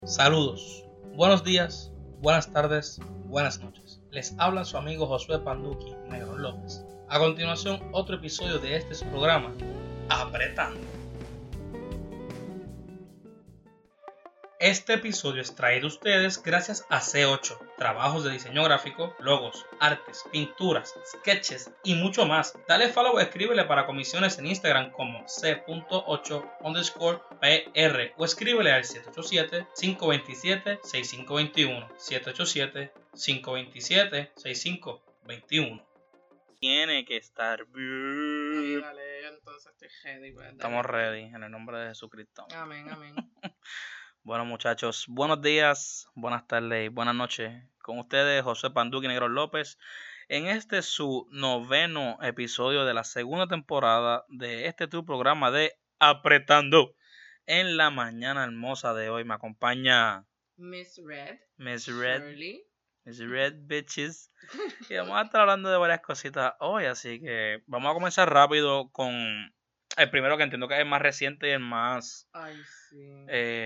Saludos, buenos días, buenas tardes, buenas noches. Les habla su amigo Josué Panduki Negro López. A continuación, otro episodio de este su programa, Apretando. Este episodio es traído a ustedes gracias a C8, trabajos de diseño gráfico, logos, artes, pinturas, sketches y mucho más. Dale follow o escríbele para comisiones en Instagram como c.8_pr o escríbele al 787-527-6521, 787-527-6521. Tiene que estar bien. Dale, entonces estoy ready. Pues, Estamos ready, en el nombre de Jesucristo. Amén, amén. Bueno, muchachos, buenos días, buenas tardes y buenas noches. Con ustedes, José Panduki Negro López, en este su 9º episodio de la segunda temporada de este tu programa de Apretando. En la mañana hermosa de hoy me acompaña Miss Red. Shirley. Miss Red, bitches. Y vamos a estar hablando de varias cositas hoy, así que vamos a comenzar rápido con el primero, que entiendo que es el más reciente y el más... Ay, sí.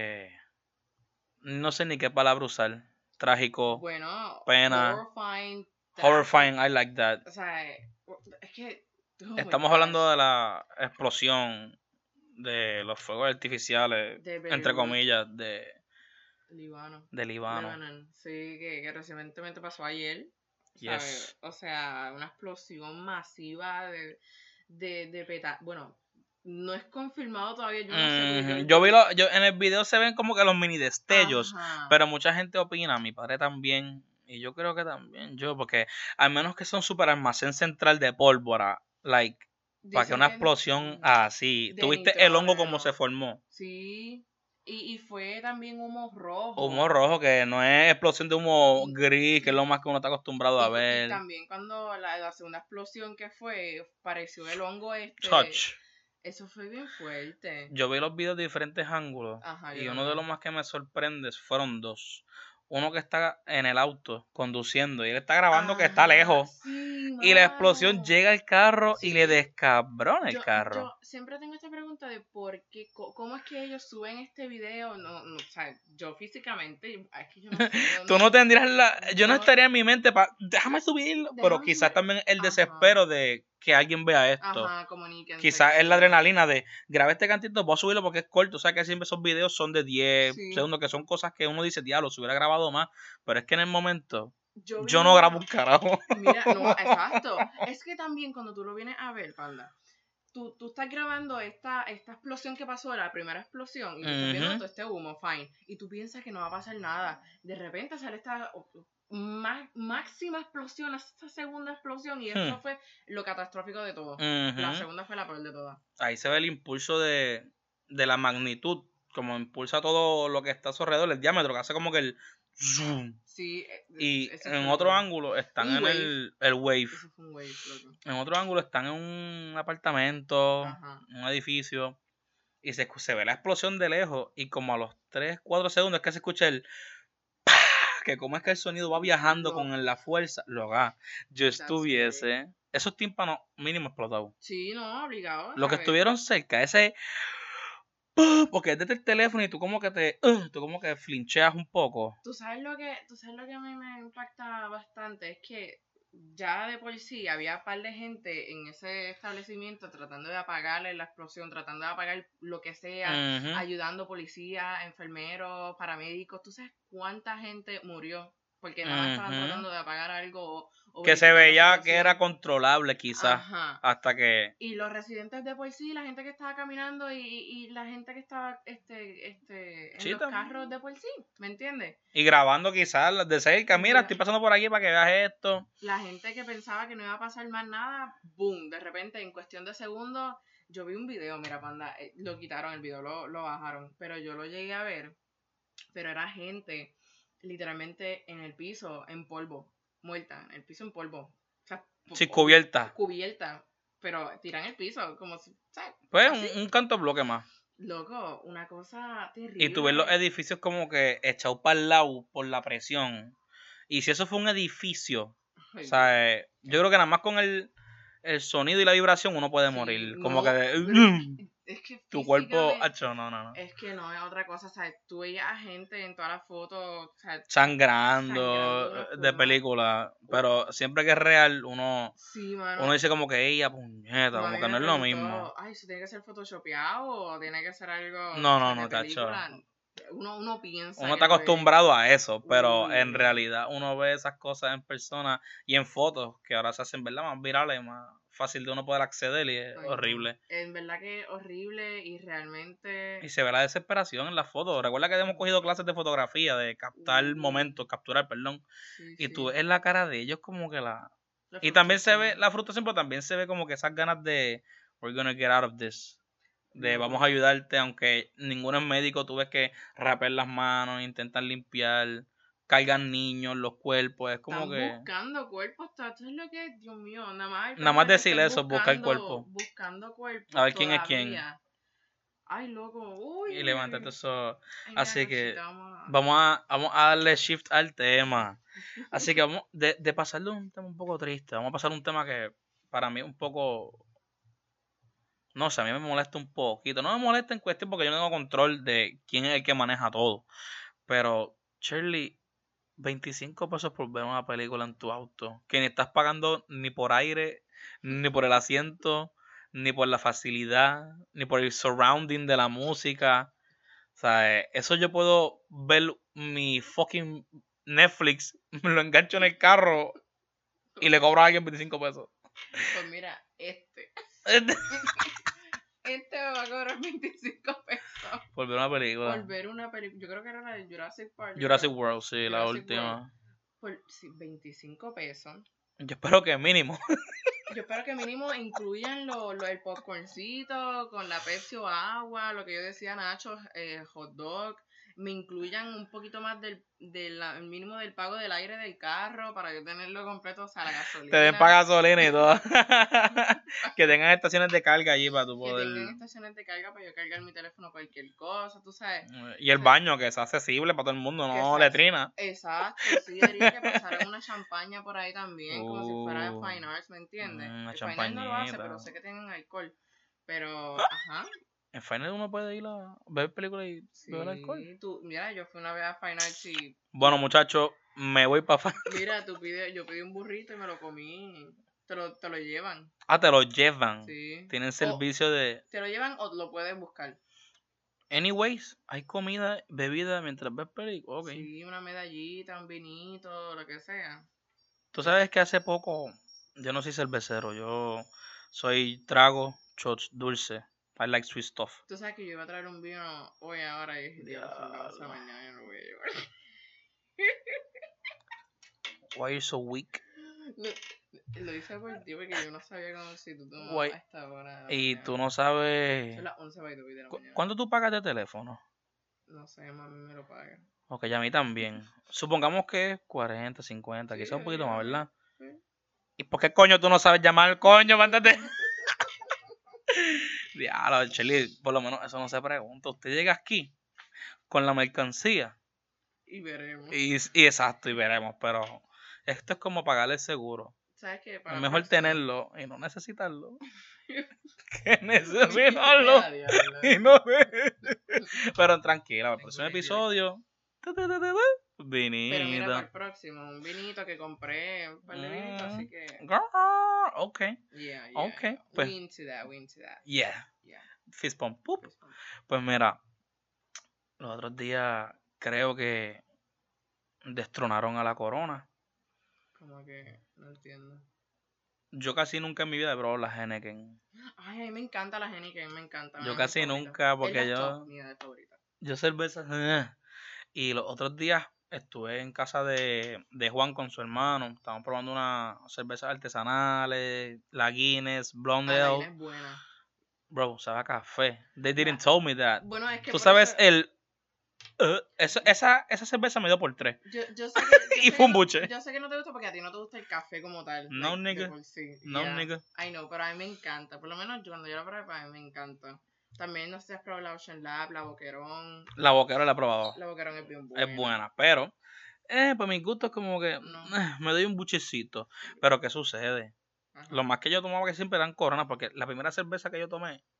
No sé ni qué palabra usar. Trágico. Bueno, pena. horrifying. Horrifying, I like that. O sea, es que... Estamos hablando de la explosión de los fuegos artificiales, de entre comillas, de Líbano. Líbano. Sí, que recientemente pasó ayer. Yes. ¿Sabes? O sea, una explosión masiva de peta. Bueno, no es confirmado todavía, yo no sé. Yo en el video se ven como que los mini destellos, pero mucha gente opina, mi padre también, y yo creo que también yo, porque al menos que sea un super almacén central de pólvora, like, para que una explosión así, ¿tuviste el hongo como se formó? Sí, y fue también humo rojo. Humo rojo, que no es explosión de humo gris, que es lo más que uno está acostumbrado a ver. Y también cuando la segunda explosión que fue, pareció el hongo Touch. Eso fue bien fuerte. Yo vi los videos de diferentes ángulos. Y uno de los más que me sorprende fueron dos. Uno que está en el auto conduciendo y él está grabando que está lejos. Sí, y la explosión llega al carro y le descabrona el carro. Yo siempre tengo esta pregunta de por qué, cómo es que ellos suben este video. No, o sea, yo físicamente, es que yo no sé. Tú no tendrías yo no estaría en mi mente para, déjame subirlo. Pero quizás también el desespero de que alguien vea esto. Comuníquense. Quizás es la adrenalina de grabé este cantito, voy a subirlo porque es corto. O sea que siempre esos videos son de 10 segundos, que son cosas que uno dice, diablo, si hubiera grabado más. Pero es que en el momento yo no grabo un carajo. Mira, no, exacto. Es que también cuando tú lo vienes a ver, panda, tú estás grabando esta explosión que pasó, la primera explosión, y tú estás viendo todo este humo, fine, y tú piensas que no va a pasar nada. De repente sale esta máxima explosión, esta segunda explosión, y eso fue lo catastrófico de todo. La segunda fue la peor de todas. Ahí se ve el impulso de la magnitud, como impulsa todo lo que está a su alrededor, el diámetro, que hace como que el zoom. Sí, y en otro ángulo están en el wave. Eso fue un wave, loco. En otro ángulo están en un apartamento, un edificio, y se ve la explosión de lejos, y como a los 3-4 segundos es que se escucha el que como es que el sonido va viajando con la fuerza. Yo estuviese esos tímpanos mínimo explotados. Sí, no, obligado. Los que estuvieron cerca, ese, porque es desde el teléfono y tú como que flincheas un poco. Tú sabes lo que a mí me impacta bastante, es que ya de por sí había un par de gente en ese establecimiento tratando de apagarle la explosión, tratando de apagar lo que sea, ayudando policías, enfermeros, paramédicos. ¿Tú sabes cuánta gente murió? Porque nada más estaban tratando de apagar algo. Que se veía que era controlable quizás. Hasta que... Y los residentes de por sí, la gente que estaba caminando y la gente que estaba en los carros de por sí, ¿me entiendes? Y grabando quizás de cerca, mira, estoy pasando por aquí para que veas esto. La gente que pensaba que no iba a pasar más nada, boom, de repente en cuestión de segundos, yo vi un video, mira, panda, lo quitaron el video, lo bajaron, pero yo lo llegué a ver, pero era gente literalmente en el piso, en polvo, muerta, en el piso en polvo. O sea, sí, cubierta, pero tiran el piso, como si, ¿sabes? Pues un canto bloque más. Loco, una cosa terrible. Y tú ves los edificios como que echados para el lado por la presión. Y si eso fue un edificio, o sea, yo creo que nada más con el sonido y la vibración uno puede morir. Como que es que Tu cuerpo, físicamente, no. es que no es otra cosa, o sea, tú veías a gente en todas las fotos, o sea, sangrando de una Sangrando de forma. película, pero siempre que es real, Sí, mano. uno dice como que ella, puñeta, como Mami que no me es lo mismo. preguntó, ay, ¿eso tiene que ser photoshopeado o tiene que ser algo, o sea, de No, tacho. película? Uno piensa Uno que está lo ve. acostumbrado a eso, pero Uy, en no. realidad uno ve esas cosas en persona y en fotos que ahora se hacen, ¿verdad? Más virales, más fácil de uno poder acceder y es Ay, no. horrible. En verdad que es horrible y Y realmente. se ve la desesperación en las fotos. Recuerda que hemos cogido clases de fotografía, de captar Uy, momentos, capturar, perdón. sí, Y tú sí. ves en la cara de ellos como que la... La Y también se ve frustración. la frustración, pero también se ve como que esas ganas de... We're gonna get out of this. De vamos a Loco. ayudarte, aunque ninguno es médico, tú ves que rapen las manos, intentan limpiar, cargan niños, los cuerpos, es como Están que... buscando cuerpos, esto es lo que, Dios mío, nada más el Nada caso más de que decir estén eso, buscar buscando, cuerpo. buscando A cuerpos ver quién es quién. todavía. Ay, loco, Y levántate uy. eso. Ay, mira, Así cosita, que vamos a. vamos a darle shift al tema. Así que vamos, de pasarle un tema un poco triste, vamos a pasar un tema que para mí es un poco, no sé, a mí me molesta un poquito. No me molesta en cuestión porque yo no tengo control de quién es el que maneja todo. Pero, Shirley, 25 pesos por ver una película en tu auto, que ni estás pagando ni por aire, ni por el asiento, ni por la facilidad, ni por el surrounding de la música. O sea, eso yo puedo ver mi fucking Netflix, me lo engancho en el carro y le cobro a alguien 25 pesos. Pues mira, este me va a cobrar 25 pesos Por ver una película. por ver una película. Yo creo que era la de Jurassic Park. Jurassic World, sí, la Jurassic World. última. Por sí, 25 pesos. Yo espero que mínimo. Yo espero que mínimo incluyan el popcorncito con la Pepsi o agua, lo que yo decía, nachos, hot dog. Me incluyan un poquito más el mínimo del pago del aire del carro para yo tenerlo completo, o sea, la Te den gasolina. para gasolina y todo. Que tengan estaciones de carga allí para tu Que poder. tengan estaciones de carga para yo cargar mi teléfono cualquier cosa, tú sabes. Y el O sea, baño, que sea accesible para todo el mundo, que no sea, letrina. exacto, sí, yo diría que pasaran una champaña por ahí también, como si fuera de Fine Arts, ¿me entiendes? Una El Fine Arts no lo hace, pero champañita. sé que tienen alcohol. Pero, ajá, En Final uno puede ir a ver películas y beber alcohol. sí, mira, yo fui una vez a Fine Arts y, Bueno, muchachos, me voy para mira, yo pedí un burrito y me lo comí, te lo llevan, Ah, te lo llevan. sí. Tienen O servicio de... te lo llevan o lo puedes buscar. Anyways, hay comida, bebida mientras ves películas. Ok. Sí, una medallita, un vinito, lo que sea. Tú sabes que hace poco, yo no soy cervecero, yo soy trago, shots, dulce. I like sweet stuff. Tú sabes que yo iba a traer un vino hoy ahora y diablo, son las 11 de la Diablo. mañana y no lo voy a llevar. Why you so weak? Lo hice por ti porque yo no sabía cómo si tú tomabas Why? a esta hora de la Y mañana. tú no sabes... Son las 11 by the way de la mañana. ¿Cuánto tú pagas de teléfono? No sé, mami me lo paga. Ok, ya a mí también. Supongamos que 40, 50, Sí, quizás un yo poquito diría más, que ¿verdad? sí. ¿Y por qué coño tú no sabes llamar al coño? Mándate. Diablo, Cheli, por lo menos eso no se pregunta. Usted llega aquí con la mercancía Y veremos. y exacto, y veremos, pero esto es como pagar el seguro. ¿Sabes qué? Para Es la mejor próxima. tenerlo y no necesitarlo que necesitarlo Ya, diablo. y no Pero tranquila, el próximo Tengo episodio Pero mira, para vinito. el próximo, un vinito que compré, un par de vinitos, así que. Girl, ok, Yeah, ok, yeah. pues, We into that. yeah, Yeah. fist bump, poop. Pues, Pues mira, los otros días creo que destronaron a la corona. como que no entiendo. Yo casi nunca en mi vida he probado la Heineken. Ay, a mí me encanta la Heineken, me encanta. Yo es mi casi favorita. nunca, porque Es la top yo, mía de favorita. yo cerveza. Y los otros días estuve en casa de Juan con su hermano. Estaban probando unas cervezas artesanales, la Guinness, Blonde La Ale. Guinness es buena. Bro, sabe a café. They didn't La- tell me that. Bueno, es que Tú por sabes, eso. esa cerveza me dio por 3. Yo sé que, Y fue un buche. yo sé que no te gusta porque a ti no te gusta el café como tal. No, like, nigga. de por sí. No, Yeah. nigga. I know, pero a mí me encanta. Por lo menos cuando yo la probé, a mí me encanta. También no sé si has probado la Ocean Lab, la Boquerón. La boquera la he probado. La Boquerón es bien buena. Es buena, pero pues mis gustos como que No. me doy un buchecito. Pero ¿qué sucede? Ajá. Lo más que yo tomaba que siempre eran Corona, porque la primera cerveza que yo tomé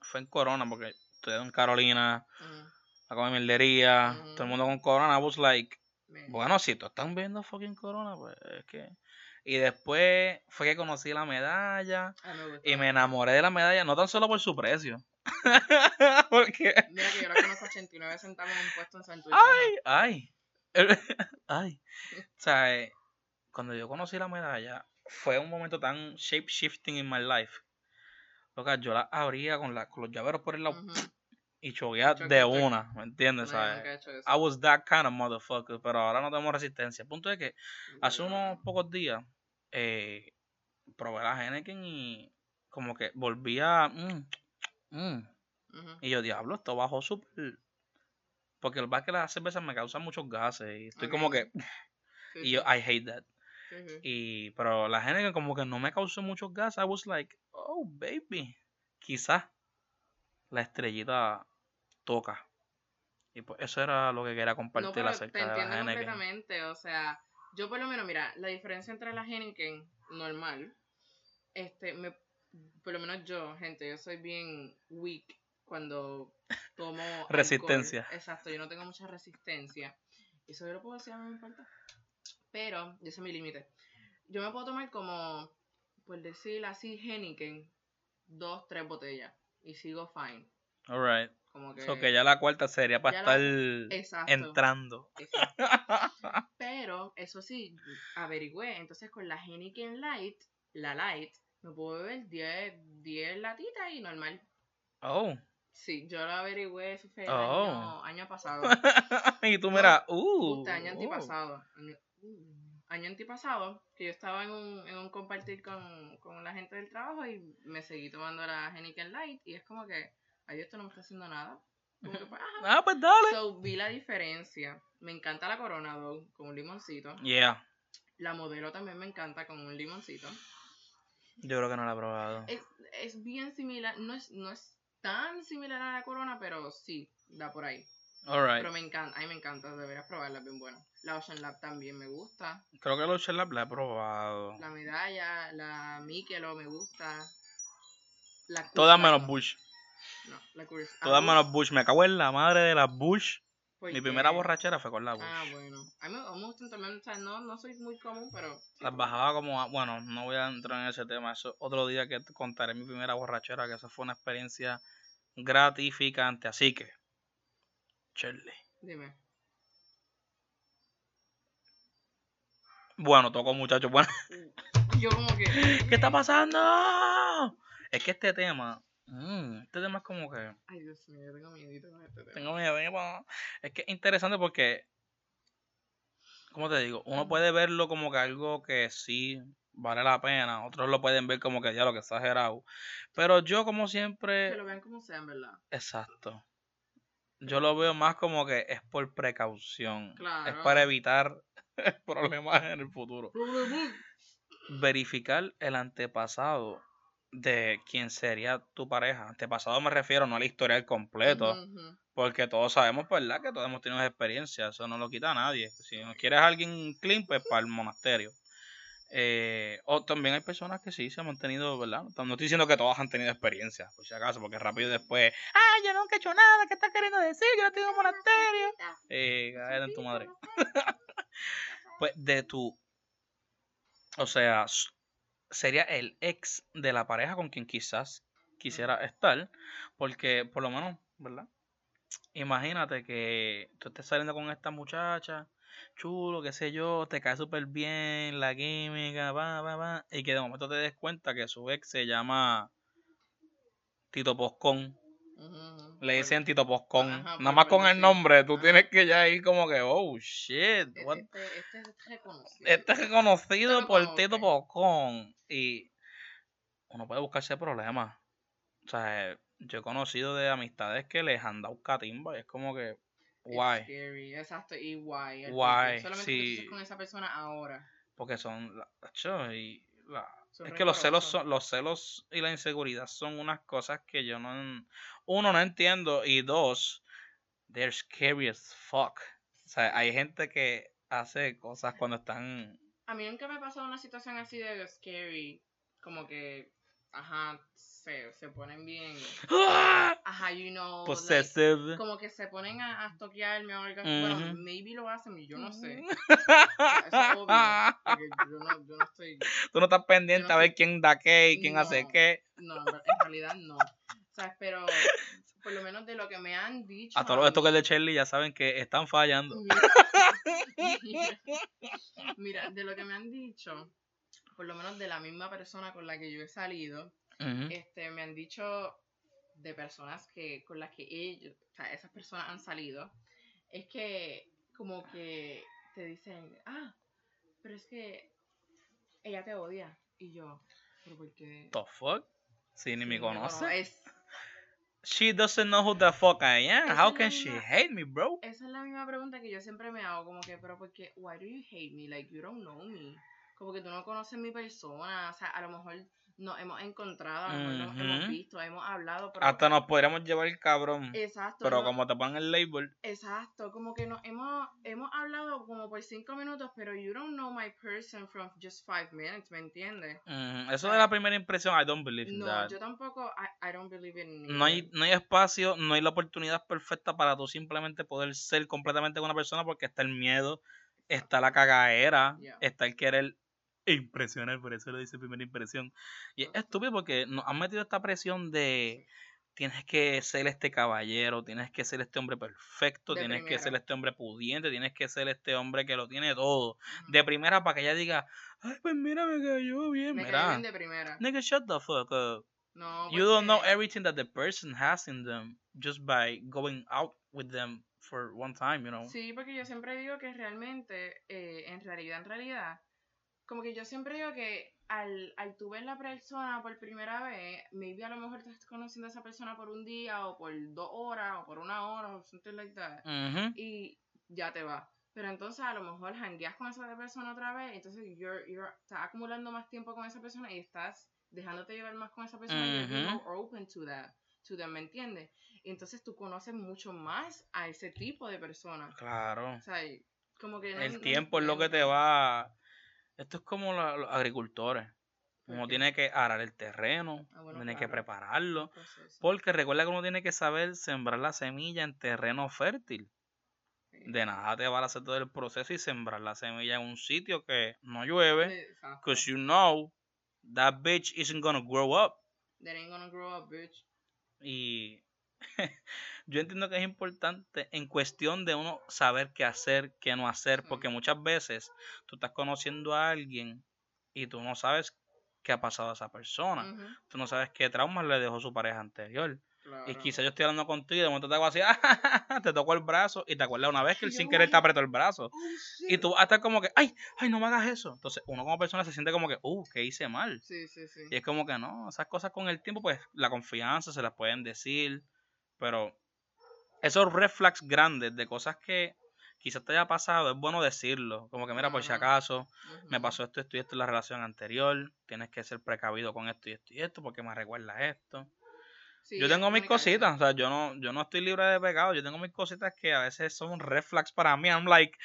fue en Corona, porque estoy en Carolina, Ujú, la comildería, todo el ujú. mundo con Corona. I was like, Man. bueno, si todos están viendo fucking Corona, pues es que... Y después fue que conocí la medalla A mí me gusta y la me medalla. enamoré de la medalla, no tan solo por su precio. Porque... Mira que yo la conozco 89 centavos en un puesto en Santurce. Ay, ay. O sea, cuando yo conocí la medalla, fue un momento tan shape-shifting in my life. Loca, yo la abría con los llaveros por el lado Ujú. y choguea Choc, de choc, choc. una, ¿me entiendes? No, yo ¿Sabes? nunca he hecho I eso. was that kind of motherfucker, pero ahora no tenemos resistencia. El punto es que hace Yo unos no. pocos días probé la Heineken y como que volvía... Ujú. Y yo, diablo, esto bajó súper... Porque el que las cervezas me causan muchos gases y estoy como Ok. que... Sí, Y sí. yo, I hate that. Sí. Pero la Heineken como que no me causó muchos gases. I was like, oh, baby. Quizás la estrellita toca. Y pues eso era lo que quería No, compartir pero te acerca de la entiendo Heineken. completamente. O sea, yo por lo menos, mira, la diferencia entre la Heineken normal, por lo menos yo, gente, yo soy bien weak cuando tomo alcohol. Resistencia. Exacto, yo no tengo mucha resistencia. Eso yo lo puedo decir, a mí no me importa. Pero, ese es mi límite. Yo me puedo tomar como, por decir así, Heineken, 2, 3 botellas. Y sigo fine. Alright. Como So que... que ya la cuarta sería para Ya estar Exacto. entrando. Exacto. Pero, eso sí, averigüé. Entonces, con la Heineken Light, la Light, me puedo beber 10 latitas y normal. Oh. Sí, yo lo averigüé, eso fue el Oh. año pasado. Y tú No, mira, año antipasado. Año antipasado, que yo estaba en un compartir con la gente del trabajo y me seguí tomando la Heineken Light y es como que, ay, esto no me está haciendo nada. Como que, pues, ajá. Ah, pues dale. So, vi la diferencia. Me encanta la Corona Dog con un limoncito. Yeah. La modelo también me encanta con un limoncito. Yo creo que no la he probado. Es bien similar, no es tan similar a la Corona, pero sí, da por ahí. Alright. Pero me encanta, a mí me encanta, deberías probarla, es bien buena. La Ocean Lab también me gusta. Creo que la Ocean Lab la he probado. La medalla, la Michelob me gusta. La Coors Todas Light menos no. Bush. No, la Coors. Todas menos Bush. Me cago en la madre de las Bush. ¿Por Mi qué? primera borrachera fue con la Bush. Ah, bueno. A mí me gustan también, o sea, no soy muy común, pero... sí, Las bajaba como... Bueno, no voy a entrar en ese tema. Eso otro día que te contaré mi primera borrachera, que eso fue una experiencia gratificante. Así que... Chele. Dime. Bueno, toco muchachos. Bueno. Yo como que... ¿Qué está pasando? Es que este tema... este tema es como que... Ay, Dios mío, yo tengo miedito con este tema. Tengo miedo. Es que es interesante porque... ¿Cómo te digo? Uno puede verlo como que algo que sí vale la pena. Otros lo pueden ver como que ya lo que exagerado. Pero yo como Que siempre... lo vean como sean, ¿verdad? Exacto. Yo lo veo más como que es por precaución. Claro. Es para evitar problemas en el futuro. Verificar el antepasado de quién sería tu pareja. Antepasado me refiero no al historial completo. Ujú. Porque todos sabemos, ¿verdad? Que todos hemos tenido experiencias. Eso no lo quita a nadie. Si no quieres a alguien clean, pues para el monasterio. O también hay personas que sí se han mantenido, ¿verdad? No estoy diciendo que todas han tenido experiencia, por si acaso, porque rápido después, yo nunca he hecho nada, ¿qué estás queriendo decir? Yo no tengo un monasterio. Cállate en tu madre. Pues de tu, o sea, sería el ex de la pareja con quien quizás quisiera estar, porque por lo menos, ¿verdad? Imagínate que tú estés saliendo con esta muchacha, chulo, qué sé yo, te cae súper bien, la química, y que de momento te des cuenta que su ex se llama Tito Poscón. Ujú. Le dicen Tito Poscón. Ajá, Nada más con el decir. nombre, tú Ajá. tienes que ya ir como que, oh, shit. What? Este es reconocido. Este es reconocido Este por lo Tito conoce. Poscón. Y uno puede buscarse problemas. O sea, yo he conocido de amistades que les han dado catimba y es como que, why? It's scary, exacto, y why. El Why? porqué. Solamente que tú Sí. estés con esa persona ahora. Porque son, Son es que los celos rencorosos. los celos y la inseguridad son unas cosas que yo uno no entiendo y dos, they're scary as fuck. O sea, hay gente que hace cosas cuando están... A mí nunca me ha pasado una situación así de scary, como que ajá, se ponen bien, ajá, you know, possessive. like, como que se ponen a toquearme o algo así. Bueno, maybe lo hacen y yo no sé. O sea, eso es obvio, porque yo no estoy... Tú no estás pendiente a ver quién da qué y quién hace qué. No, en realidad no. O sea, pero por lo menos de lo que me han dicho. A todos los toques de Shirley ya saben que están fallando. Mira, de lo que me han dicho, por lo menos de la misma persona con la que yo he salido, me han dicho de personas con las que ellos, o sea, esas personas han salido, es que como que te dicen, pero es que ella te odia. Y yo, ¿pero por qué? The fuck? Si ni me conoce. Es... She doesn't know who the fuck I am. How can she hate me, bro? Esa es la misma pregunta que yo siempre me hago, como que, pero ¿por qué? Why do you hate me? Like, you don't know me. Como que tú no conoces mi persona. O sea, a lo mejor nos hemos encontrado, a lo mejor nos hemos visto, hemos hablado. Pero... hasta nos podríamos llevar el cabrón. Exacto. Pero como te ponen el label. Exacto. Como que hemos hablado como por 5 minutos, pero you don't know my person from just 5 minutes, ¿me entiendes? Eso de la primera impresión, I don't believe in that. No, yo tampoco, I don't believe in it. No hay espacio, no hay la oportunidad perfecta para tú simplemente poder ser completamente una persona porque está el miedo, está la cagaera, está el querer impresionar, por eso lo dice primera impresión. Y es estúpido porque nos han metido esta presión de tienes que ser este caballero, tienes que ser este hombre perfecto, tienes que ser este hombre pudiente, tienes que ser este hombre que lo tiene todo. De primera para que ella diga, ay, pues mira, me cayó bien. Me cayó bien de primera. Nigga, shut the fuck up. No, you don't know everything that the person has in them just by going out with them for one time, you know. Sí, porque yo siempre digo que realmente, en realidad, como que yo siempre digo que al tú ver la persona por primera vez, maybe a lo mejor te estás conociendo a esa persona por un día, o por 2 horas, o por 1 hora, o something like that, y ya te va. Pero entonces a lo mejor jangueas con esa persona otra vez, entonces estás acumulando más tiempo con esa persona y estás dejándote llevar más con esa persona y you're more open to them, ¿me entiendes? Y entonces tú conoces mucho más a ese tipo de persona. Claro. O sea, como que el tiempo es lo que te va... Esto es como los agricultores. Uno tiene que arar el terreno, tiene que prepararlo. Porque recuerda que uno tiene que saber sembrar la semilla en terreno fértil. De nada te va a hacer todo el proceso y sembrar la semilla en un sitio que no llueve. Because you know that bitch isn't gonna grow up. That ain't gonna grow up, bitch. Y yo entiendo que es importante en cuestión de uno saber qué hacer, qué no hacer, porque muchas veces tú estás conociendo a alguien y tú no sabes qué ha pasado a esa persona. Tú no sabes qué traumas le dejó su pareja anterior. Claro. Y quizá yo estoy hablando contigo y de momento te hago así, te toco el brazo y te acuerdas una vez que él sin querer te apretó el brazo. Y tú vas a estar como que, ay, no me hagas eso. Entonces uno como persona se siente como que, ¿qué hice mal? Sí. Y es como que no, esas cosas con el tiempo, pues la confianza se las pueden decir. Pero esos red flags grandes de cosas que quizás te haya pasado, es bueno decirlo. Como que mira, por si acaso, me pasó esto y esto en la relación anterior. Tienes que ser precavido con esto y esto porque me recuerda esto. Sí, yo tengo mis cositas, o sea, yo no estoy libre de pecado. Yo tengo mis cositas que a veces son red flags para mí. I'm like,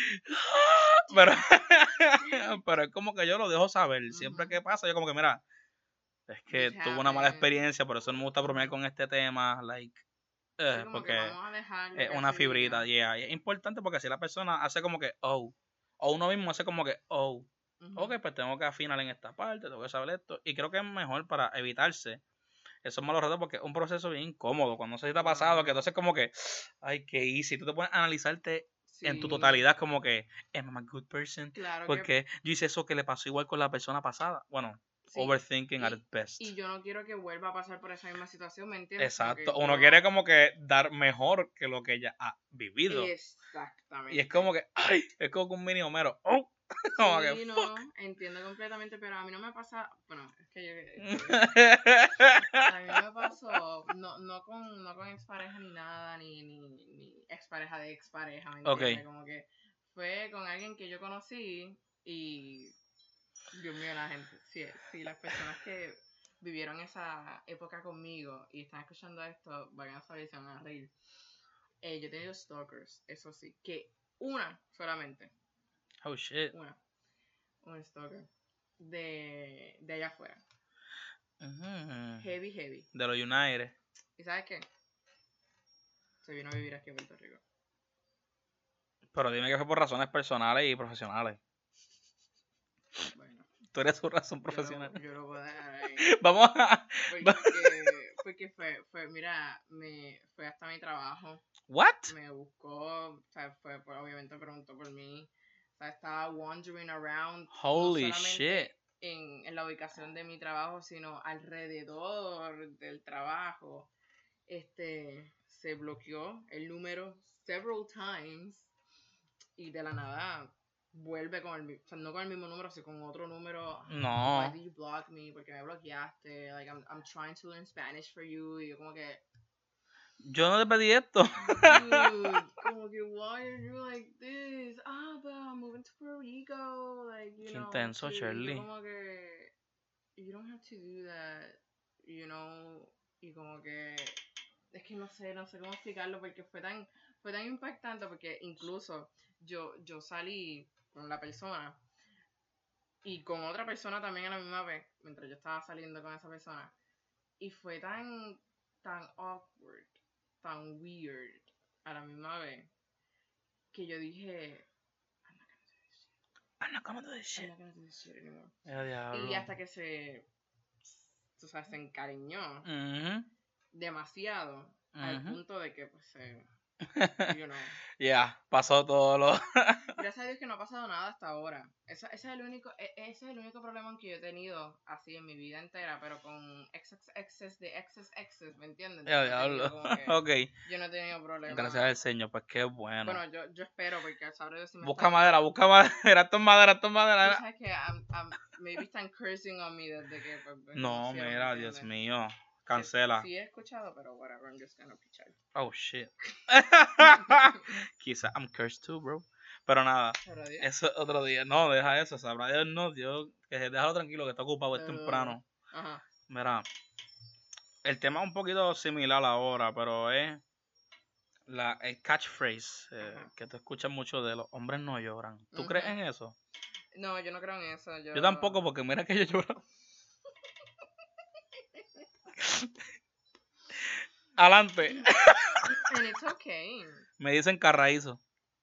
pero es como que yo lo dejo saber. Siempre que pasa, yo como que mira, es que tuve una mala experiencia, por eso no me gusta bromear con este tema, like, porque es una fibrita, y es importante porque si la persona hace como que, o uno mismo hace como que, ok, pues tengo que afinar en esta parte, tengo que saber esto, y creo que es mejor para evitarse esos malos ratos porque es un proceso bien incómodo, cuando no sé si te ha pasado, que entonces como que, ay, qué easy, tú te puedes analizarte en tu totalidad como que, am I a good person? Claro, porque yo hice eso que le pasó igual con la persona pasada, bueno, overthinking at its best. Y yo no quiero que vuelva a pasar por esa misma situación, ¿me entiendes? Exacto. Uno quiere como que dar mejor que lo que ella ha vivido. Exactamente. Y es como que, ay, es como un mini Homero. Sí, no, entiendo completamente, pero a mí no me pasa, bueno, es que a mí no me pasó, no con expareja ni nada, ni expareja de expareja, ¿me entiendes? Como que fue con alguien que yo conocí y, Dios mío, la gente, sí, las personas que vivieron esa época conmigo y están escuchando esto, van a saber y se van a reír. Yo he tenido stalkers, eso sí, que una solamente. Oh, shit. Un stalker de allá afuera. Heavy. De los United. ¿Y sabes qué? Se vino a vivir aquí a Puerto Rico. Pero dime que fue por razones personales y profesionales. Bueno. Tú eres su razón profesional. Yo lo voy a dejar ahí. Vamos a... Porque fue, mira, fue hasta mi trabajo. What? Me buscó, o sea, obviamente preguntó por mí. O sea, estaba wandering around. Holy no shit. solamente en la ubicación de mi trabajo, sino alrededor del trabajo. Se bloqueó el número several times y de la nada vuelve con o sea, no con el mismo número, sino con otro número. No. Why did you block me? Porque me bloqueaste. Like, I'm trying to learn Spanish for you. Y yo como que... Yo no te pedí esto. Dude, como que, why are you like this? But I'm moving to Puerto Rico. Like, you Qué know. intenso, Shirley. Yo como que... You don't have to do that. You know. Y como que... Es que no sé cómo explicarlo porque fue tan impactante porque incluso yo salí con la persona y con otra persona también a la misma vez, mientras yo estaba saliendo con esa persona. Y fue tan awkward, tan weird a la misma vez que yo dije, I'm not gonna do this shit. I'm not gonna do this shit anymore. Y hasta que se encariñó demasiado al punto de que pues you know. Pasó todo lo... Gracias a Dios que no ha pasado nada hasta ahora. Ese es el único problema que yo he tenido así en mi vida entera, pero con exes, ¿me entiendes? Ok. Yo no he tenido problemas. Gracias al Señor, pues qué bueno. Bueno, yo espero porque sabré Dios si me busca madera. Esto es madera. Tú sabes que maybe están cursing on me desde que pues, no, mira, Dios mío. Cancela. Sí he escuchado, pero whatever, I'm just gonna pichar. Oh, shit. Quizá I'm cursed too, bro. Pero nada, eso es otro día. No, deja eso, sabrá Dios, no, Dios, que déjalo tranquilo, que está ocupado, es temprano. Ajá. Mira, el tema es un poquito similar ahora, pero es el catchphrase que tú escuchas mucho de los hombres no lloran. ¿Tú crees en eso? No, yo no creo en eso. Yo tampoco, porque mira que yo lloro. Adelante. And it's okay. Me dicen carraízo.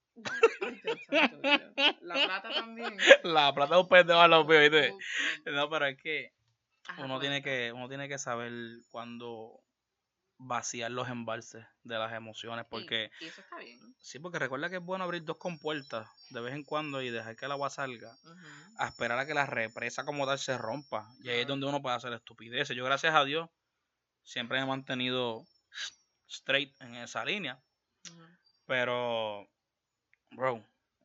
La plata también. La plata es un pendejo a los pies, ¿viste? No, pero es que uno tiene que saber cuándo vaciar los embalses de las emociones, porque y eso está bien. Sí, porque recuerda que es bueno abrir dos compuertas de vez en cuando y dejar que el agua salga, a esperar a que la represa como tal se rompa, y ahí es donde uno puede hacer estupideces. Yo, gracias a Dios, siempre me he mantenido straight en esa línea, pero bro,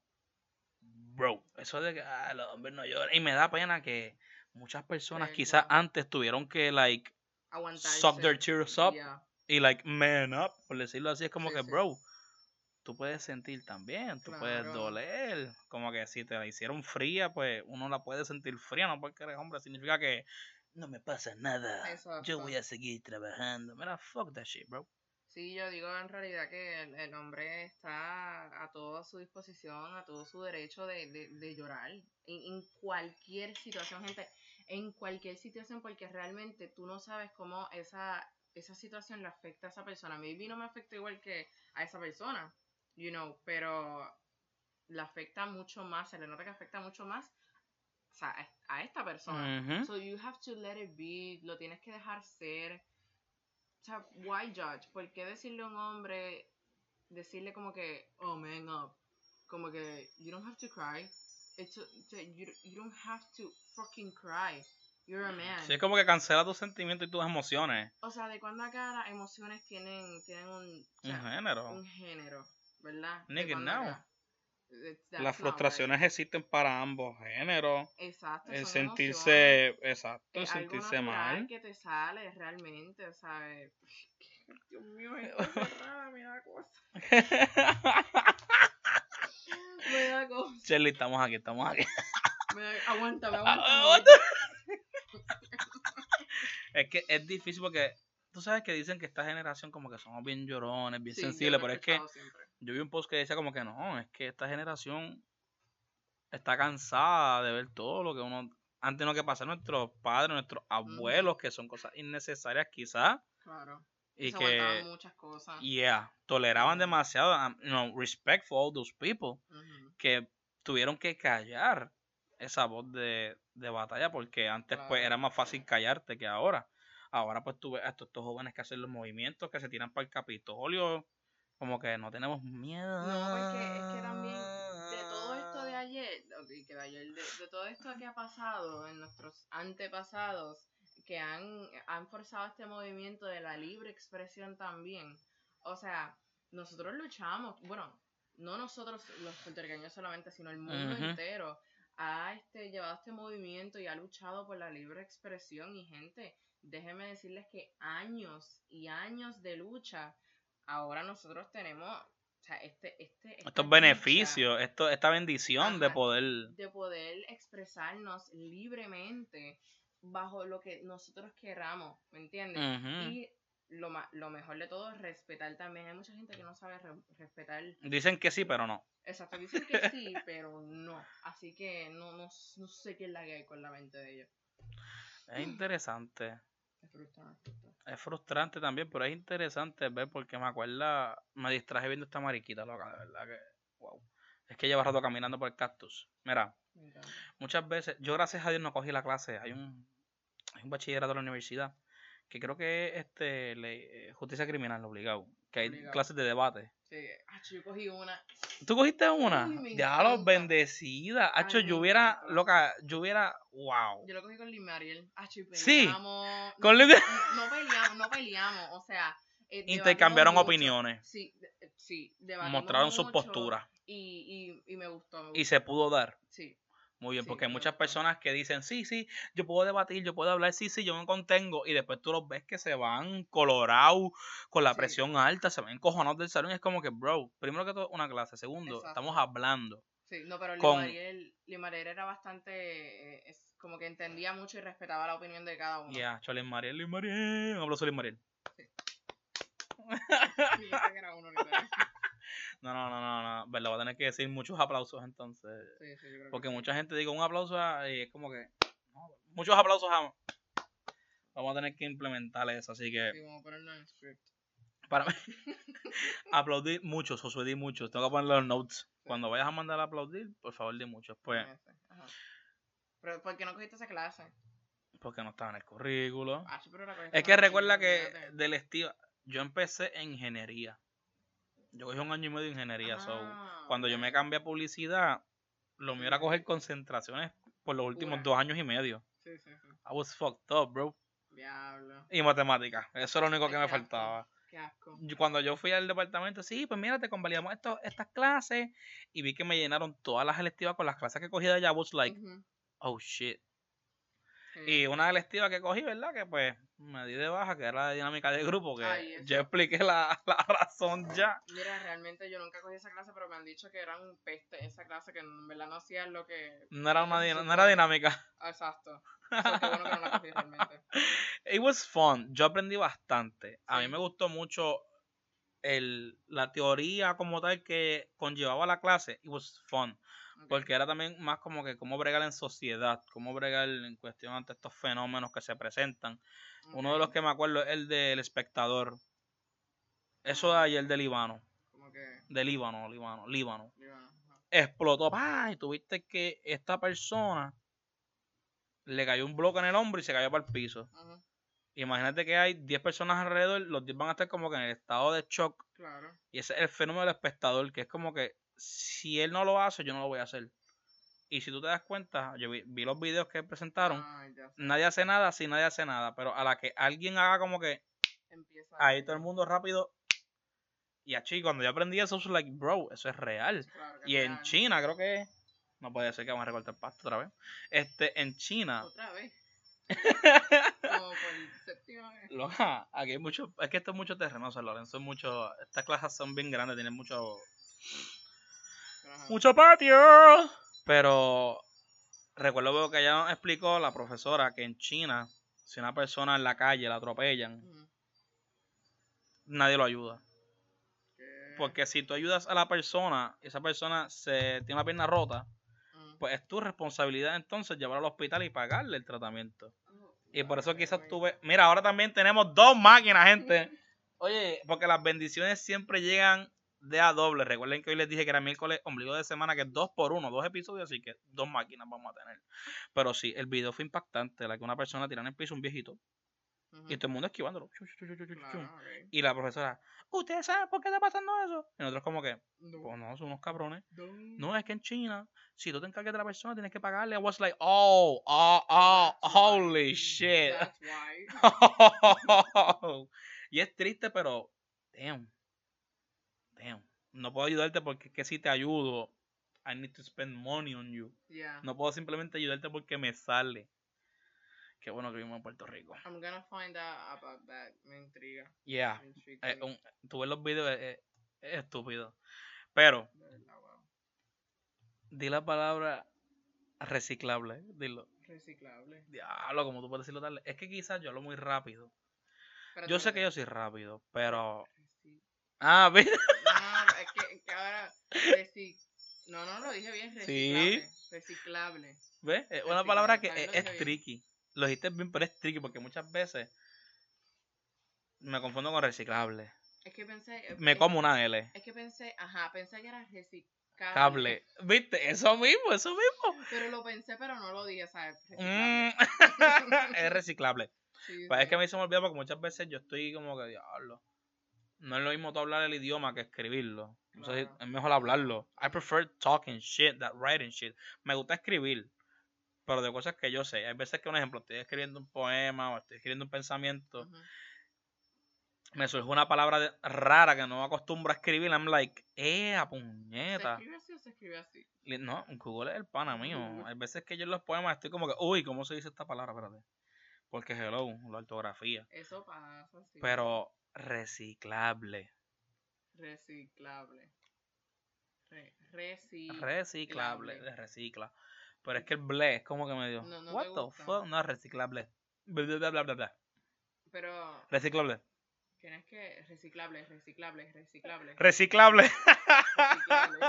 eso de que los hombres no lloran, y me da pena que muchas personas quizás antes tuvieron que aguantarse, suck their tears up y man up, por decirlo así. Es como que bro, tú puedes sentir también, tú puedes doler, como que si te la hicieron fría, pues uno la puede sentir fría, no porque eres hombre significa que no me pasa nada. Exacto. Yo voy a seguir trabajando. Mira, fuck that shit, bro. Sí, yo digo en realidad que el hombre está a toda su disposición, a todo su derecho de llorar en cualquier situación, gente, en cualquier situación, porque realmente tú no sabes cómo esa situación le afecta a esa persona. Maybe no me afecta igual que a esa persona, you know, pero le afecta mucho más, se le nota que afecta mucho más, o sea, a esta persona. So you have to let it be, lo tienes que dejar ser. O sea, why judge? ¿Por qué decirle a un hombre, decirle como que, oh, man up? Como que, you don't have to cry. You don't have to fucking cry. You're a man. Sí, es como que cancela tus sentimientos y tus emociones. O sea, de cuando acá las emociones tienen un género. Un género, ¿verdad? Nigga, no. Las frustraciones existen para ambos géneros. Exacto. El sentirse, emociones. Exacto, el sentirse algo mal. Que te sale realmente, ¿sabes? Dios mío, esto cerrada, me da cosa. Me da cosa. Shelly, estamos aquí. Aguántame. Es que es difícil porque tú sabes que dicen que esta generación como que somos bien llorones, bien sensibles, pero es que yo vi un post que decía como que no, es que esta generación está cansada de ver todo lo que uno han tenido que pasar nuestros padres, nuestros abuelos, que son cosas innecesarias quizás. Claro. Y se que, aguantaban muchas cosas. Toleraban demasiado, respect for all those people, que tuvieron que callar esa voz de batalla, porque antes pues era más fácil callarte que ahora. Ahora pues tú ves a estos jóvenes que hacen los movimientos, que se tiran para el Capitolio, como que no tenemos miedo. No, porque es que también de todo esto de ayer, de todo esto que ha pasado en nuestros antepasados, que han forzado este movimiento de la libre expresión también. O sea, nosotros luchamos, bueno, no nosotros los puertorriqueños solamente, sino el mundo entero ha llevado este movimiento y ha luchado por la libre expresión. Y gente, déjenme decirles que años y años de lucha, ahora nosotros tenemos, o sea, estos beneficios, esta bendición de poder expresarnos libremente bajo lo que nosotros queramos, ¿me entiendes? Y lo mejor de todo es respetar también. Hay mucha gente que no sabe respetar. Dicen que sí, pero no. Exacto, dicen que sí, pero no. Así que no sé qué es la que hay con la mente de ellos. Es interesante. Es frustrante. Es frustrante también, pero es interesante ver porque me distraje viendo esta mariquita loca, de verdad que, wow. Es que lleva rato caminando por el cactus. Mira, muchas veces, yo gracias a Dios no cogí la clase, hay un bachillerato de la universidad, que creo que es justicia criminal, obligado, que hay clases de debate. Sí, yo cogí una. ¿Tú cogiste una? Ya los bendecida. Yo hubiera, wow. Yo lo cogí con Liz Mariel. Sí. Con Liz no peleamos, o sea. Intercambiaron opiniones. Sí, mostraron sus posturas. Y me gustó. Y se pudo dar. Sí. Muy bien, porque hay muchas personas que dicen, sí, yo puedo debatir, yo puedo hablar, sí, yo me contengo, y después tú los ves que se van colorados, con la presión alta, se ven cojonados del salón, y es como que, bro, primero que todo, una clase, segundo, estamos hablando. Sí, no, pero Liz Mariel era bastante, como que entendía mucho y respetaba la opinión de cada uno. Liz Mariel, un aplauso a Liz Mariel. Sí. Yo sé que era uno, literal. No, verdad, voy a tener que decir muchos aplausos entonces. Sí, yo creo porque que mucha gente dice un aplauso y es como que muchos aplausos vamos a tener que implementar eso, así que sí, vamos a ponerlo en script. Para mí, aplaudir muchos, Josué, di muchos, tengo que poner los notes. Sí. Cuando vayas a mandar a aplaudir, por favor, di muchos. Pues, ¿pero por qué no cogiste esa clase? Porque no estaba en el currículo. Pero es que recuerda que del estilo, yo empecé en ingeniería. Yo cogí 1 año y medio de ingeniería. Cuando yo me cambié a publicidad, lo mío era coger concentraciones por los últimos 2 años y medio. Sí. I was fucked up, bro. Diablo. Y matemáticas. Eso es lo único que me faltaba. Qué asco. Cuando yo fui al departamento, sí, pues mira, te convalidamos estas clases. Y vi que me llenaron todas las electivas con las clases que cogí de allá. I was like, oh shit. Y una electiva que cogí, ¿verdad? Que pues me di de baja, que era la dinámica de grupo, que yo expliqué la razón ya. Mira, realmente yo nunca cogí esa clase, pero me han dicho que era un peste esa clase, que en verdad no hacían lo que... No era dinámica. Exacto. Qué bueno que no la cogí realmente. It was fun. Yo aprendí bastante. A mí me gustó mucho la teoría como tal que conllevaba la clase. It was fun. Porque era también más como que cómo bregar en sociedad, cómo bregar en cuestión ante estos fenómenos que se presentan. Uno de los que me acuerdo es el del espectador. Eso de ayer de Líbano. ¿Cómo que? De Líbano. Explotó, y tuviste que esta persona le cayó un bloque en el hombro y se cayó para el piso. Imagínate que hay 10 personas alrededor, los 10 van a estar como que en el estado de shock. Claro. Y ese es el fenómeno del espectador, que es como que si él no lo hace, yo no lo voy a hacer. Y si tú te das cuenta, yo vi los videos que presentaron, nadie hace nada si nadie hace nada, pero a la que alguien haga como que ahí todo el mundo rápido. Y así, cuando yo aprendí eso, es like, bro, eso es real. Claro, y en China, creo que no puede ser que vamos a recortar pasto otra vez. En China. Otra vez. Como por séptima vez. Loca, aquí hay mucho, es que esto es mucho terreno, San Lorenzo es mucho, estas clases son bien grandes, tienen mucho patio. Pero recuerdo que ella nos explicó, la profesora, que en China, si una persona en la calle la atropellan, nadie lo ayuda. Porque si tú ayudas a la persona, esa persona tiene la pierna rota, pues es tu responsabilidad entonces llevarlo al hospital y pagarle el tratamiento. Oh, Y por eso quizás my tuve... Mira, ahora también tenemos 2 máquinas, gente. Oye, porque las bendiciones siempre llegan de a doble. Recuerden que hoy les dije que era miércoles, ombligo de semana, que es 2x1, 2 episodios, así que 2 máquinas vamos a tener. Pero sí, el video fue impactante, la que una persona tiró en el piso un viejito y todo el mundo esquivándolo. Claro, ok. Y la profesora, ¿ustedes saben por qué está pasando eso? Y nosotros como que, No. pues no, son unos cabrones. No. No, es que en China, si tú te encargas de la persona, tienes que pagarle. I was like, That's holy why. shit. That's why. Y es triste, pero, damn. No puedo ayudarte porque es que si te ayudo, I need to spend money on you. Yeah. No puedo simplemente ayudarte porque me sale. Qué bueno que vivimos en Puerto Rico. I'm gonna find out about that. Me intriga. Yeah. Me intriga. Tú ves los videos, es estúpido. Pero, De verdad, wow. di la palabra reciclable. Dilo. Reciclable. Diablo, como tú puedes decirlo tal. Es que quizás yo hablo muy rápido. Espérate, Yo sé que espérate. yo soy rápido, pero... Reci- Ah, ¿ves? No, es que ahora. No, lo dije bien. Reciclable. Reciclable. ¿Ves? Es una Reciclable, palabra que también lo es dije bien. tricky. Lo dijiste bien, pero es tricky porque muchas veces me confundo con reciclable. Es que pensé. Me como una L. Es que pensé que era reciclable. Cable. ¿Viste? Eso mismo. Pero lo pensé, pero no lo dije, ¿sabes? Mm. Reciclable. Es reciclable. Sí, Pues sí. es que a mí se me olvida porque muchas veces yo estoy como que, diablo. No es lo mismo tú hablar el idioma que escribirlo. Entonces Claro. es mejor hablarlo. I prefer talking shit than writing shit. Me gusta escribir, pero de cosas que yo sé. Hay veces que, un ejemplo, estoy escribiendo un poema o estoy escribiendo un pensamiento. Ujú. Me surge una palabra rara que no acostumbro a escribir. I'm like, ¿Se puñeta. escribe así o se escribe así? No, Google es el pana mío. Hay veces que yo en los poemas estoy como que, uy, ¿cómo se dice esta palabra? Espérate. Porque hello, la ortografía. Eso pasa, sí. Pero reciclable. Reciclable. Reciclable, de recicla. Pero es que el ble es como que me dio, No what te the gusta. fuck, no es reciclable. Bla, bla, bla, bla, bla. Pero Reciclable. tienes que reciclable. Reciclable. Reciclable.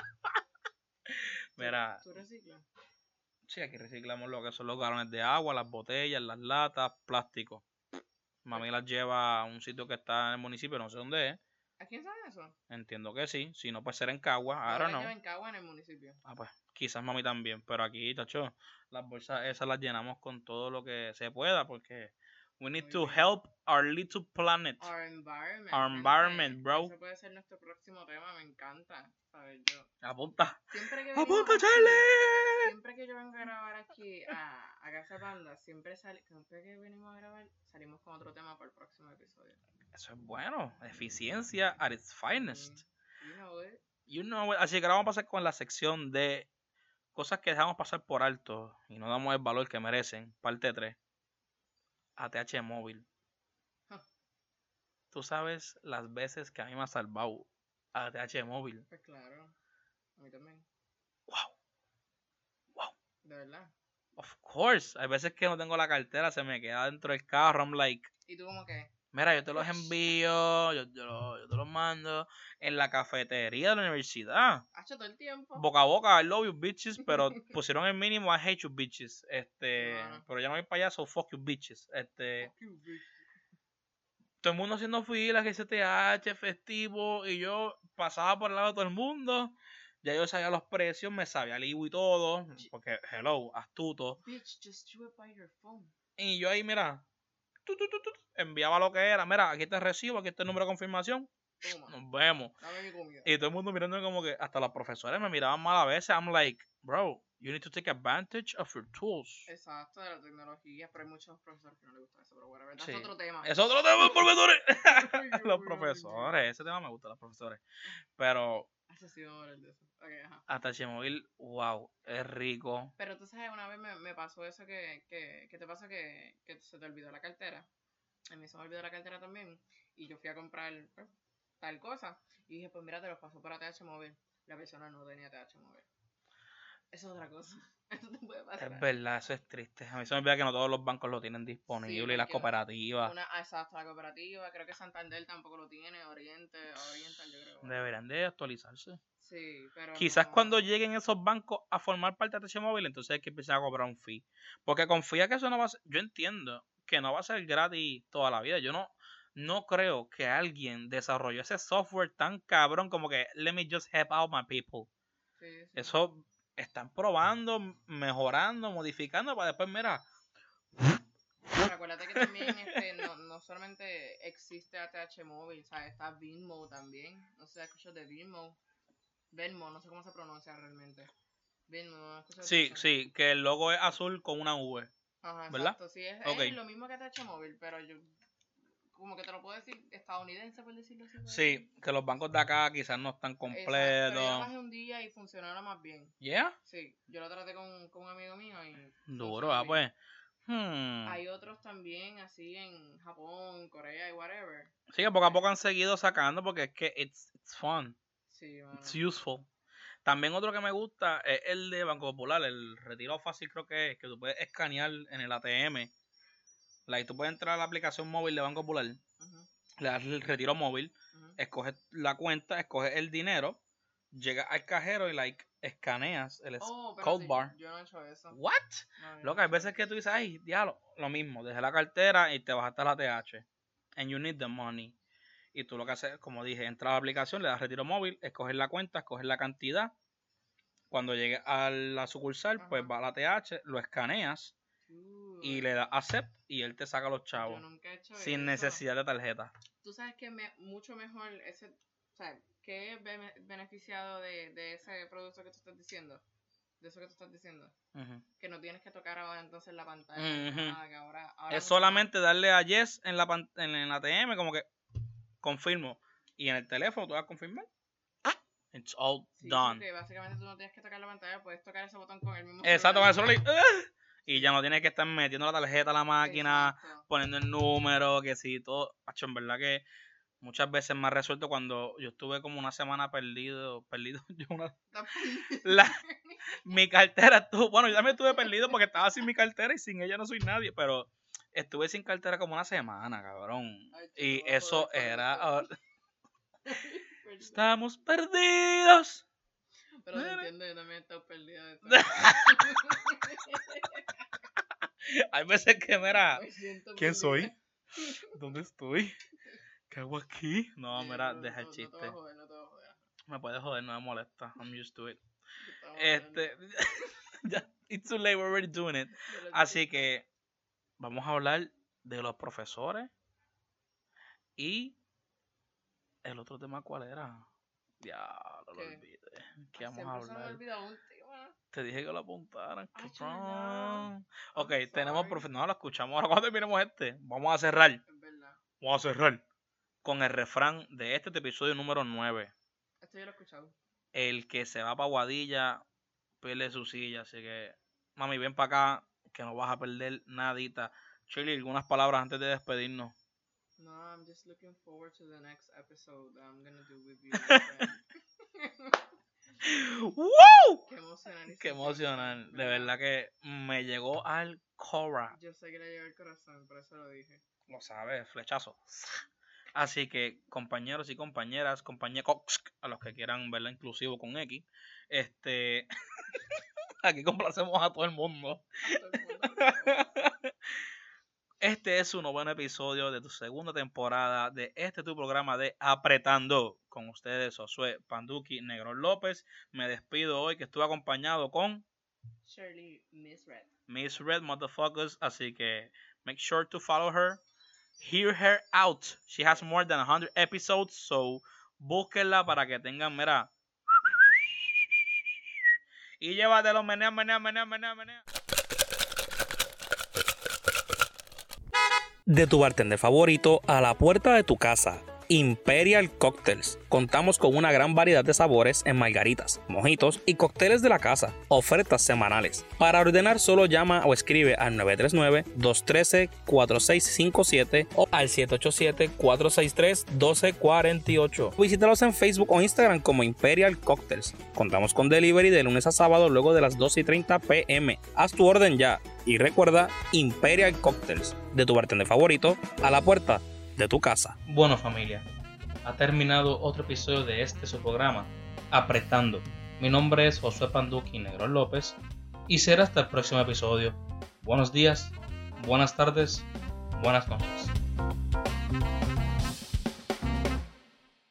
Mira, ¿Tú reciclas? sí, aquí reciclamos lo que son los galones de agua, las botellas, las latas, plástico. Mami las lleva a un sitio que está en el municipio, no sé dónde es. ¿A quién sabe eso? Entiendo que sí, si no puede ser en Cagua, I No, don't la know. lleva en Cagua, en el municipio. Ah, pues quizás mami también, pero aquí, tacho, las bolsas esas las llenamos con todo lo que se pueda porque we need Muy to bien. help our little planet. Our environment. Our gente. environment, bro. Eso puede ser nuestro próximo tema, me encanta. ¿Sabes? Yo, Apunta. siempre que venimos ¡Apunta, aquí, Charlie! siempre que yo vengo a grabar aquí a Casa Panda, siempre que venimos a grabar, salimos con otro tema para el próximo episodio. Eso es bueno. Eficiencia at its finest. You know it. You know it. Así que ahora vamos a pasar con la sección de cosas que dejamos pasar por alto y no damos el valor que merecen. Parte 3. ATH móvil. Huh. Tú sabes las veces que a mí me ha salvado ATH móvil. Pues claro, a mí también. Wow. De verdad. Of course. Hay veces que no tengo la cartera, se me queda dentro del carro. I'm like, ¿Y tú como qué? mira, yo te los envío, yo te los mando en la cafetería de la universidad. Hacho todo el tiempo. Boca a boca, I love you bitches, pero pusieron el mínimo I hate you bitches. Claro. Pero ya no voy para allá, so fuck you bitches. Fuck you, bitch. Todo el mundo haciendo filas, que CTH, festivo, y yo pasaba por el lado de todo el mundo. Ya yo sabía los precios, me sabía el IBU y todo, porque hello, astuto. Bitch, just do it by your phone. Y yo ahí, mira, enviaba lo que era. Mira, aquí te recibo, aquí está el número de confirmación. Toma, Nos vemos. dame mi comida. Y todo el mundo mirándome como que hasta los profesores me miraban mal a veces. I'm like, bro, you need to take advantage of your tools. Exacto, de la tecnología, pero hay muchos profesores que no les gusta eso, pero whatever, Sí. es otro tema. Es otro tema, profesores. Ay, Los ay, profesores, ese tema me gusta, los profesores. Pero Ese sí vamos a hablar de eso. Ok, ajá. ATH móvil, wow, es rico. Pero tú sabes, una vez me pasó eso que te pasó que se te olvidó la cartera. A mí se me olvidó la cartera también. Y yo fui a comprar pues, tal cosa. Y dije, pues mira, te los paso por ATH móvil. La persona no tenía ATH móvil. Eso es otra cosa. Eso te puede pasar. Es verdad, eso es triste. A mí se me olvida que no todos los bancos lo tienen disponible y las porque cooperativas. Exacto, la cooperativa. Creo que Santander tampoco lo tiene. Oriental, yo creo. Deberían de actualizarse. Sí, pero Quizás no. cuando lleguen esos bancos a formar parte de ATH Móvil, entonces hay que empezar a cobrar un fee. Porque confía que eso no va a ser, yo entiendo que no va a ser gratis toda la vida. Yo no creo que alguien desarrolló ese software tan cabrón como que let me just help out my people. Sí. Eso están probando, mejorando, modificando para después, mira. Pero acuérdate que también no solamente existe ATH Móvil, ¿sabes? Está Venmo también. No sé si escuchas de Venmo. Venmo, no sé cómo se pronuncia realmente. Venmo, ¿no escuchas de eso? Sí, que el logo es azul con una V. Ajá, ¿Verdad? exacto. Sí, es Ok. lo mismo que ATH Móvil, pero yo como que te lo puedo decir estadounidense, por decirlo así. Sí, que los bancos de acá quizás no están Exacto, pero yo lo completos. bajé un día y funcionaba más bien. ¿Yeah? Sí, yo lo traté con un amigo mío y Duro, funcionó bien. pues. Hay otros también así en Japón, Corea y whatever. Sí, que poco a poco han seguido sacando porque es que it's fun. Sí, mano. It's useful. También otro que me gusta es el de Banco Popular, el retiro fácil creo que es, que tú puedes escanear en el ATM. Like, tú puedes entrar a la aplicación móvil de Banco Popular, le das el retiro móvil, escoges la cuenta, escoges el dinero, llegas al cajero y like escaneas el code bar. Yo no he hecho eso. What? Loco, hay veces que tú dices, ay, diablo, lo mismo, desde la cartera y te vas hasta la TH. And you need the money. Y tú lo que haces, como dije, entras a la aplicación, le das retiro móvil, escoges la cuenta, escoges la cantidad. Cuando llegues a la sucursal, pues va a la TH, lo escaneas y le das accept y él te saca los chavos. Yo nunca he hecho sin eso. necesidad de tarjeta. Tú sabes que mucho mejor ese, o sea, ¿qué beneficiado de ese producto que tú estás diciendo? De eso que tú estás diciendo. Que no tienes que tocar ahora entonces la pantalla. Nada, que ahora es solamente darle a yes en la ATM, como que confirmo. Y en el teléfono tú vas a confirmar. It's all done. Porque básicamente tú no tienes que tocar la pantalla, puedes tocar ese botón con el mismo Exacto, con el celular. y ya no tienes que estar metiendo la tarjeta a la máquina, exacto, poniendo el número, que sí, todo. Pacho, en verdad que muchas veces me ha resuelto cuando yo estuve como una semana perdido. Mi cartera estuvo, bueno, yo también estuve perdido porque estaba sin mi cartera y sin ella no soy nadie, pero estuve sin cartera como una semana, cabrón. Ay, y eso era... Estamos perdidos. Pero te entiendo, yo también he estado perdido. Hay veces que, mira, ¿quién soy? ¿Dónde estoy? ¿Qué hago aquí? No, mira, deja el chiste. No te voy a joder. Me puedes joder, no me molesta. I'm used to it. It's too late, we're already doing it. Así que vamos a hablar de los profesores. Y el otro tema, ¿cuál era? Ya, no lo olvidé. ¿Qué vamos a hablar? Te dije que lo apuntaran. Ok, tenemos no, lo escuchamos. Ahora cuando terminemos vamos a cerrar. Es verdad. Vamos a cerrar con el refrán de este episodio número 9. Esto yo lo he escuchado. El que se va para Guadilla pierde su silla. Así que, mami, ven para acá que no vas a perder nadita. Shirley, algunas palabras antes de despedirnos. No, I'm just looking forward to the next episode that I'm gonna do with you. ¡Wow! Qué emocional. De verdad que me llegó al cora. Yo sé que le llegó al corazón, por eso lo dije. Lo sabes, flechazo. Así que, compañeros y compañeras, compañeros, a los que quieran verla inclusivo con X, aquí complacemos a todo el mundo. Este es un noveno episodio de tu segunda temporada de tu programa de Apretando. Con ustedes, Josué Panduki Negrón López. Me despido hoy que estuve acompañado con Shirley Miss Red. Miss Red, motherfuckers. Así que make sure to follow her. Hear her out. She has more than 100 episodes. So, búsquenla para que tengan, mira. Y llévatelo, menea. De tu bartender favorito a la puerta de tu casa. Imperial Cocktails. Contamos con una gran variedad de sabores en margaritas, mojitos y cócteles de la casa. Ofertas semanales. Para ordenar solo llama o escribe al 939-213-4657 o al 787-463-1248. Visítalos en Facebook o Instagram como Imperial Cocktails. Contamos con delivery de lunes a sábado luego de las 2:30 p.m. Haz tu orden ya y recuerda Imperial Cocktails. De tu bartender favorito a la puerta de tu casa. Bueno, familia, ha terminado otro episodio de su programa, Apretando. Mi nombre es Josué Panduqui Negro López y será hasta el próximo episodio. Buenos días, buenas tardes, buenas noches.